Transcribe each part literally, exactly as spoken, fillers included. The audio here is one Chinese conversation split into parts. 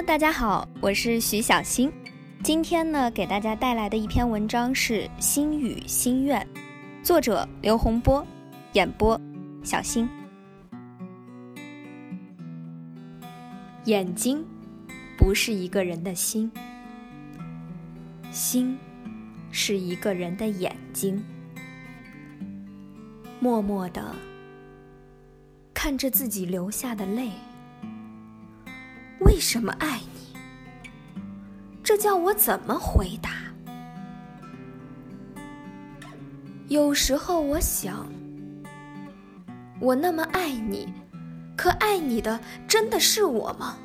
大家好，我是徐小新。今天呢，给大家带来的一篇文章是《心语心愿》，作者刘洪波，演播小新。眼睛不是一个人的心，心是一个人的眼睛。默默地看着自己流下的泪，为什么爱你？这叫我怎么回答？有时候我想，我那么爱你，可爱你的真的是我吗？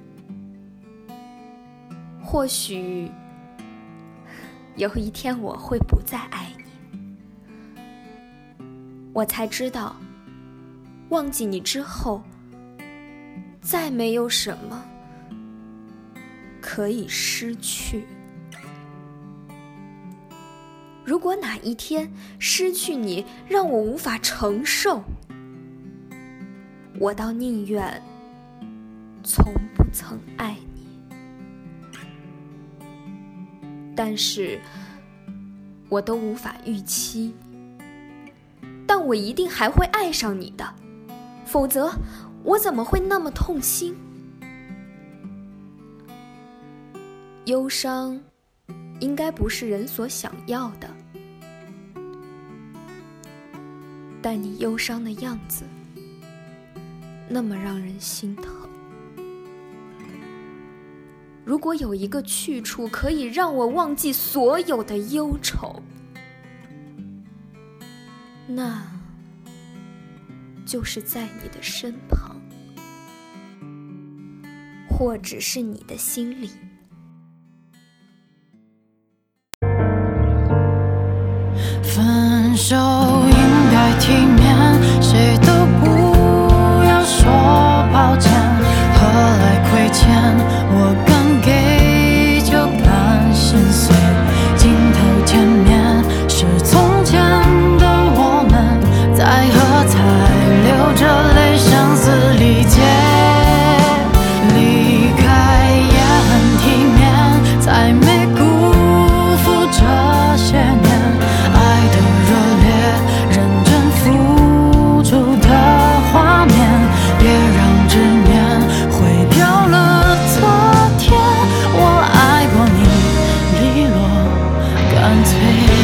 或许有一天我会不再爱你，我才知道，忘记你之后，再没有什么可以失去。如果哪一天失去你让我无法承受，我倒宁愿从不曾爱你。但是我都无法预期，但我一定还会爱上你的，否则我怎么会那么痛心？忧伤应该不是人所想要的，但你忧伤的样子那么让人心疼。如果有一个去处可以让我忘记所有的忧愁，那就是在你的身旁，或只是你的心里。 分手应该体面，谁都不要说抱歉，何来亏欠？我刚给就敢心碎，镜头前面是从前的我们，在喝彩流着泪声嘶力竭，离开也很体面，才没辜负这些年爱的热烈，认真付出的画面，别让执念毁掉了昨天。我爱过你，利落干脆。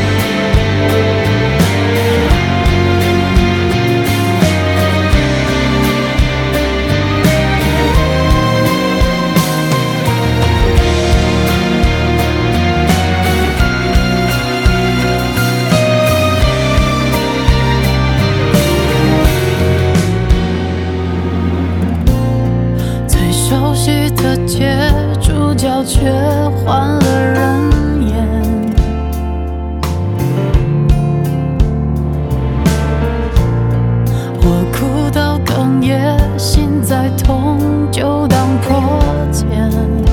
熟悉的街，主角却换了人演。我哭到哽咽，心再痛就当破茧，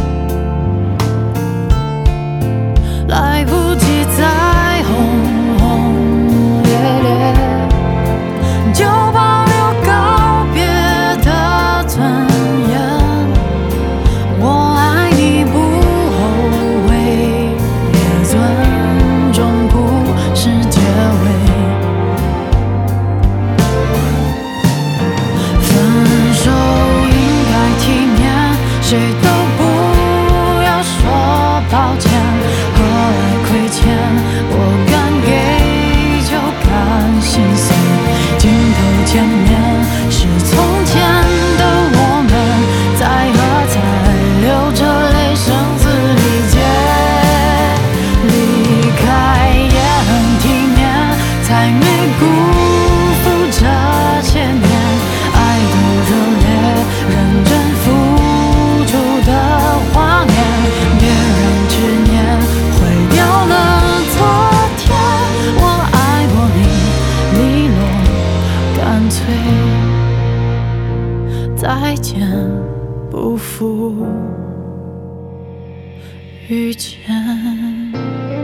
来不及再轰轰烈烈，就保留告别的尊严。我爱你不后悔，也尊重不是结尾。分手应该体面，谁都不要说抱歉，何来亏欠？我敢给就敢心碎，镜头前面是从前的我们，在喝彩流着泪声嘶力竭，离开也很体面，才没辜负这些年爱的热烈，认真付出的画面，别让执念毁掉了昨天。我爱过你，利落干脆，再见不负遇见。